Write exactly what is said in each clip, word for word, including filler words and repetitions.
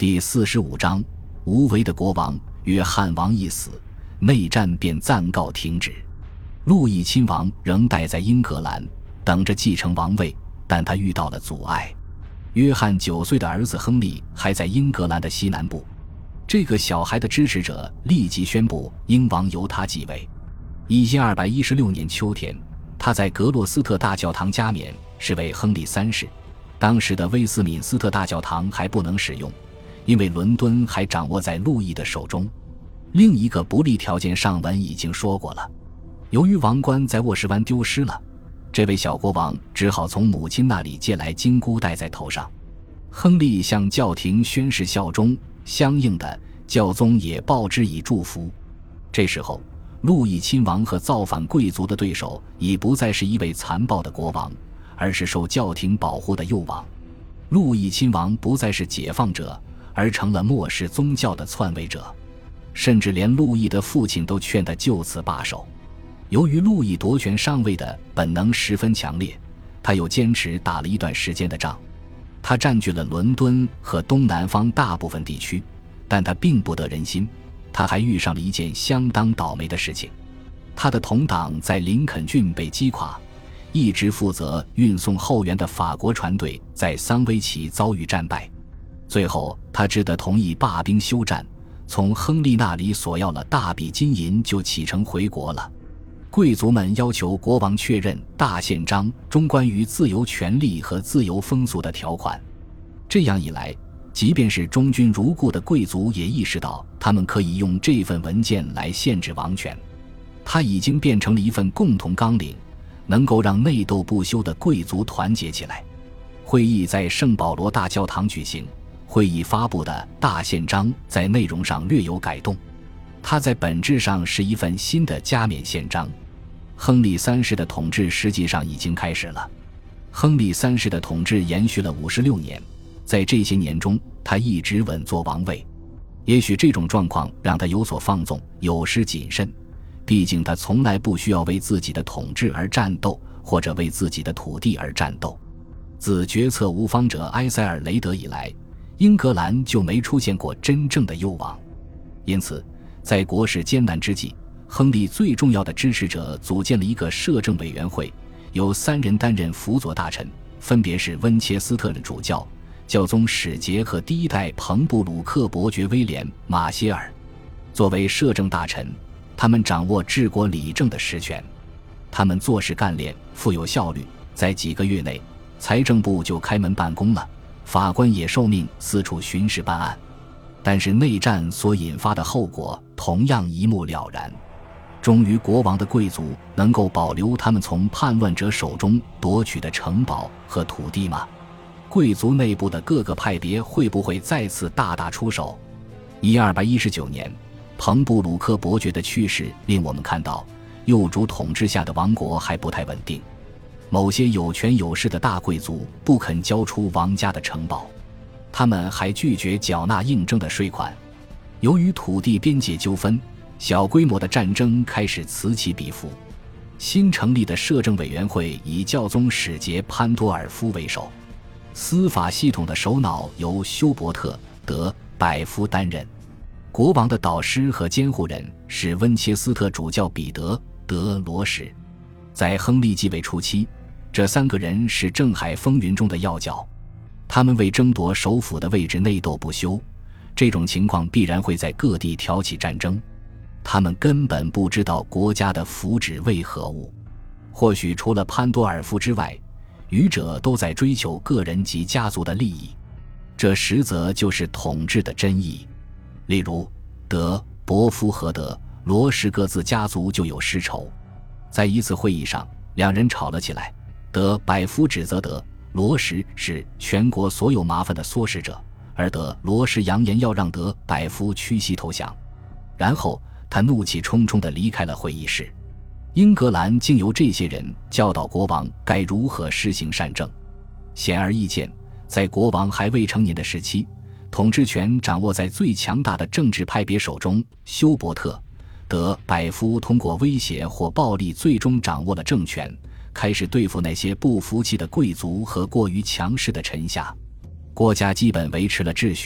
第四十五章，无为的国王。约翰王一死，内战便暂告停止。路易亲王仍待在英格兰，等着继承王位，但他遇到了阻碍。约翰九岁的儿子亨利还在英格兰的西南部，这个小孩的支持者立即宣布英王由他继位。一千二百一十六年秋天，他在格洛斯特大教堂加冕，是为亨利三世。当时的威斯敏斯特大教堂还不能使用，因为伦敦还掌握在路易的手中。另一个不利条件上文已经说过了，由于王冠在沃什湾丢失了，这位小国王只好从母亲那里借来金箍戴在头上。亨利向教廷宣誓效忠，相应的，教宗也报之以祝福。这时候，路易亲王和造反贵族的对手已不再是一位残暴的国王，而是受教廷保护的幼王。路易亲王不再是解放者，而成了末世宗教的篡位者，甚至连路易的父亲都劝他就此罢手。由于路易夺权上位的本能十分强烈，他又坚持打了一段时间的仗。他占据了伦敦和东南方大部分地区，但他并不得人心。他还遇上了一件相当倒霉的事情，他的同党在林肯郡被击垮，一直负责运送后援的法国船队在桑威奇遭遇战败。最后他只得同意罢兵休战，从亨利那里索要了大笔金银，就启程回国了。贵族们要求国王确认大宪章中关于自由权利和自由风俗的条款。这样一来，即便是忠君如故的贵族也意识到他们可以用这份文件来限制王权。它已经变成了一份共同纲领，能够让内斗不休的贵族团结起来。会议在圣保罗大教堂举行，会议发布的大宪章在内容上略有改动，它在本质上是一份新的加冕宪章。亨利三世的统治实际上已经开始了。亨利三世的统治延续了五十六年，在这些年中，他一直稳坐王位。也许这种状况让他有所放纵，有失谨慎，毕竟他从来不需要为自己的统治而战斗，或者为自己的土地而战斗。自决策无方者埃塞尔雷德以来，英格兰就没出现过真正的幼王。因此，在国事艰难之际，亨利最重要的支持者组建了一个摄政委员会，由三人担任辅佐大臣，分别是温切斯特的主教、教宗使节和第一代彭布鲁克伯爵威廉·马歇尔。作为摄政大臣，他们掌握治国理政的实权。他们做事干练，富有效率，在几个月内，财政部就开门办公了，法官也受命四处巡视办案。但是内战所引发的后果同样一目了然。忠于国王的贵族能够保留他们从叛乱者手中夺取的城堡和土地吗？贵族内部的各个派别会不会再次大打出手？一二一九年，彭布鲁克伯爵的去世令我们看到，幼主统治下的王国还不太稳定。某些有权有势的大贵族不肯交出王家的城堡，他们还拒绝缴纳应征的税款。由于土地边界纠纷，小规模的战争开始此起彼伏。新成立的摄政委员会以教宗使节潘多尔夫为首，司法系统的首脑由休伯特·德百夫担任，国王的导师和监护人是温切斯特主教彼得·德罗什。在亨利继位初期，这三个人是政海风云中的要角，他们为争夺首府的位置内斗不休，这种情况必然会在各地挑起战争。他们根本不知道国家的福祉为何物。或许除了潘多尔夫之外，余者都在追求个人及家族的利益，这实则就是统治的真意。例如，德伯夫和德罗什各自家族就有私仇。在一次会议上，两人吵了起来，德百夫指责德罗什是全国所有麻烦的唆使者，而德罗什扬言要让德百夫屈膝投降。然后他怒气冲冲地离开了会议室。英格兰竟由这些人教导国王该如何施行善政。显而易见，在国王还未成年的时期，统治权掌握在最强大的政治派别手中。休伯特·德百夫通过威胁或暴力最终掌握了政权，开始对付那些不服气的贵族和过于强势的臣下。国家基本维持了秩序，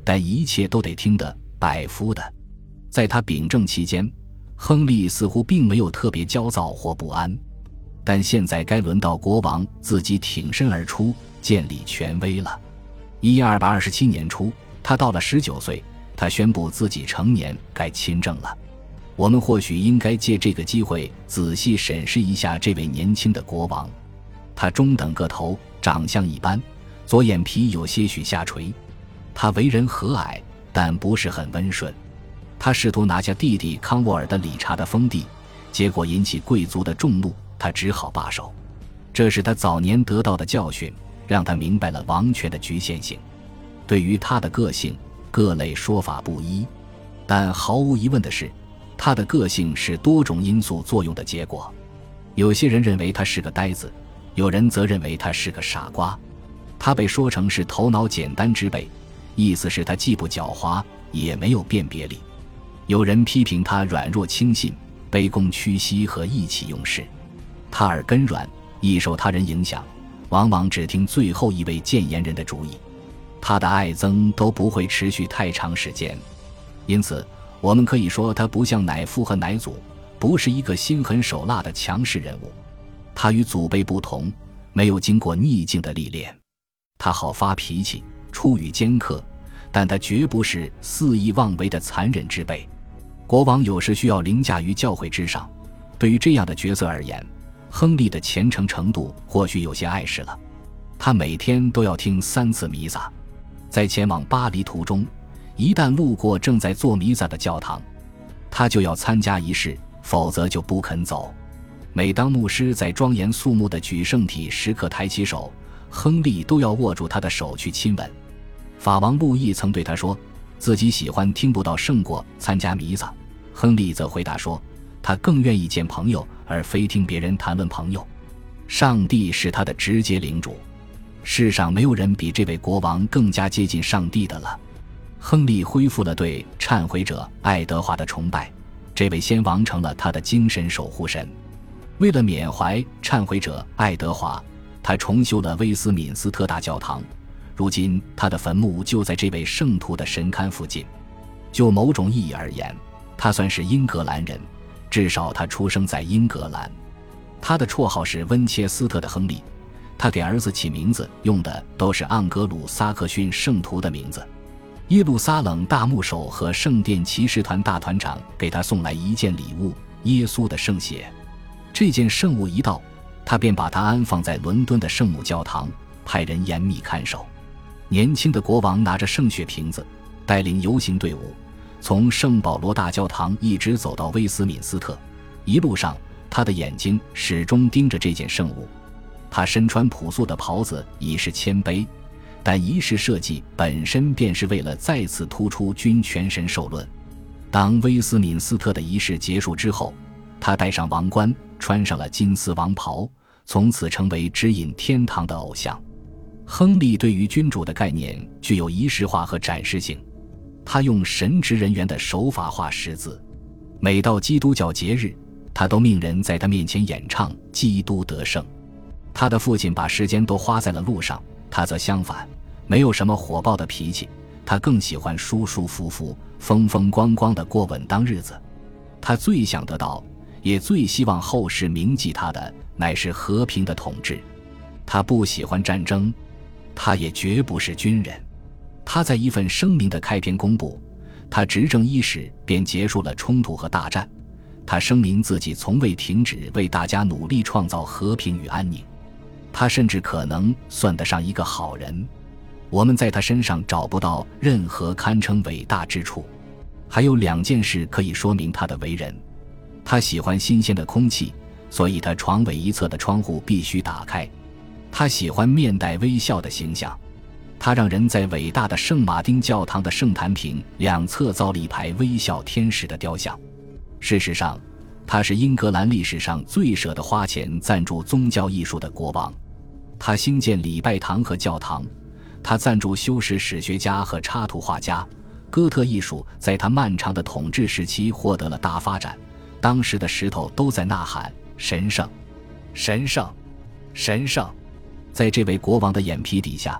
但一切都得听得百夫的。在他秉政期间，亨利似乎并没有特别焦躁或不安，但现在该轮到国王自己挺身而出，建立权威了。一二二七年初，他到了十九岁，他宣布自己成年，该亲政了。我们或许应该借这个机会仔细审视一下这位年轻的国王。他中等个头，长相一般，左眼皮有些许下垂。他为人和蔼，但不是很温顺。他试图拿下弟弟康沃尔的理查的封地，结果引起贵族的众怒，他只好罢手。这是他早年得到的教训，让他明白了王权的局限性。对于他的个性，各类说法不一，但毫无疑问的是，他的个性是多种因素作用的结果。有些人认为他是个呆子，有人则认为他是个傻瓜。他被说成是头脑简单之辈，意思是他既不狡猾，也没有辨别力。有人批评他软弱轻信、卑躬屈膝和意气用事。他耳根软，易受他人影响，往往只听最后一位谏言人的主意。他的爱憎都不会持续太长时间，因此我们可以说他不像乃父和乃祖，不是一个心狠手辣的强势人物。他与祖辈不同，没有经过逆境的历练。他好发脾气，出语尖刻，但他绝不是肆意妄为的残忍之辈。国王有时需要凌驾于教诲之上，对于这样的角色而言，亨利的虔诚程度或许有些碍事了。他每天都要听三次弥撒，在前往巴黎途中，一旦路过正在做弥撒的教堂，他就要参加仪式，否则就不肯走。每当牧师在庄严肃穆的举圣体时刻抬起手，亨利都要握住他的手去亲吻。法王路易曾对他说，自己喜欢听不到圣过参加弥撒，亨利则回答说，他更愿意见朋友，而非听别人谈论朋友。上帝是他的直接领主，世上没有人比这位国王更加接近上帝的了。亨利恢复了对忏悔者爱德华的崇拜，这位先王成了他的精神守护神。为了缅怀忏悔者爱德华，他重修了威斯敏斯特大教堂，如今他的坟墓就在这位圣徒的神龛附近。就某种意义而言，他算是英格兰人，至少他出生在英格兰。他的绰号是温切斯特的亨利，他给儿子起名字用的都是盎格鲁撒克逊圣徒的名字。耶路撒冷大牧首和圣殿骑士团大团长给他送来一件礼物，耶稣的圣血。这件圣物一到，他便把它安放在伦敦的圣母教堂，派人严密看守。年轻的国王拿着圣血瓶子，带领游行队伍从圣保罗大教堂一直走到威斯敏斯特，一路上他的眼睛始终盯着这件圣物。他身穿朴素的袍子以示谦卑，但仪式设计本身便是为了再次突出君权神授论。当威斯敏斯特的仪式结束之后，他戴上王冠，穿上了金丝王袍，从此成为指引天堂的偶像。亨利对于君主的概念具有仪式化和展示性，他用神职人员的手法画十字。每到基督教节日，他都命人在他面前演唱《基督得胜》。他的父亲把时间都花在了路上，他则相反，没有什么火爆的脾气，他更喜欢舒舒服服、风风光光地过稳当日子。他最想得到，也最希望后世铭记他的，乃是和平的统治。他不喜欢战争，他也绝不是军人。他在一份声明的开篇公布，他执政伊始便结束了冲突和大战。他声明自己从未停止为大家努力创造和平与安宁。他甚至可能算得上一个好人，我们在他身上找不到任何堪称伟大之处。还有两件事可以说明他的为人。他喜欢新鲜的空气，所以他床尾一侧的窗户必须打开。他喜欢面带微笑的形象，他让人在伟大的圣马丁教堂的圣坛屏两侧造了一排微笑天使的雕像。事实上，他是英格兰历史上最舍得花钱赞助宗教艺术的国王。他兴建礼拜堂和教堂，他赞助修士史学家和插图画家。哥特艺术在他漫长的统治时期获得了大发展，当时的石头都在呐喊神圣神圣神圣。在这位国王的眼皮底下，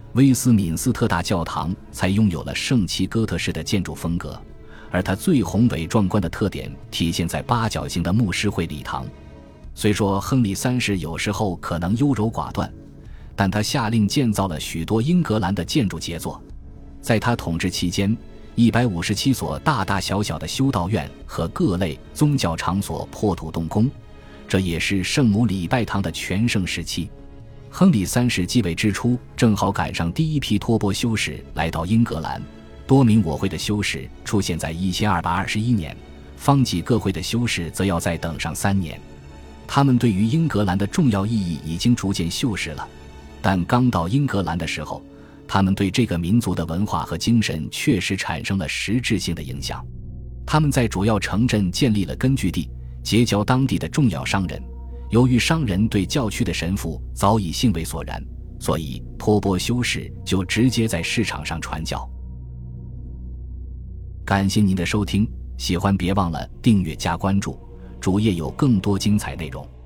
威斯敏斯特大教堂才拥有了圣齐哥特式的建筑风格，而它最宏伟壮观的特点体现在八角形的牧师会礼堂。虽说亨利三世有时候可能优柔寡断，但他下令建造了许多英格兰的建筑杰作。在他统治期间，一百五十七所大大小小的修道院和各类宗教场所破土动工，这也是圣母礼拜堂的全盛时期。亨利三世继位之初，正好赶上第一批托钵修士来到英格兰，多名我会的修士出现在一千二百二十一年，方济各会的修士则要再等上三年。他们对于英格兰的重要意义已经逐渐锈蚀了，但刚到英格兰的时候，他们对这个民族的文化和精神确实产生了实质性的影响。他们在主要城镇建立了根据地，结交当地的重要商人。由于商人对教区的神父早已兴味索然，所以托钵修士就直接在市场上传教。感谢您的收听，喜欢别忘了订阅加关注，主页有更多精彩内容。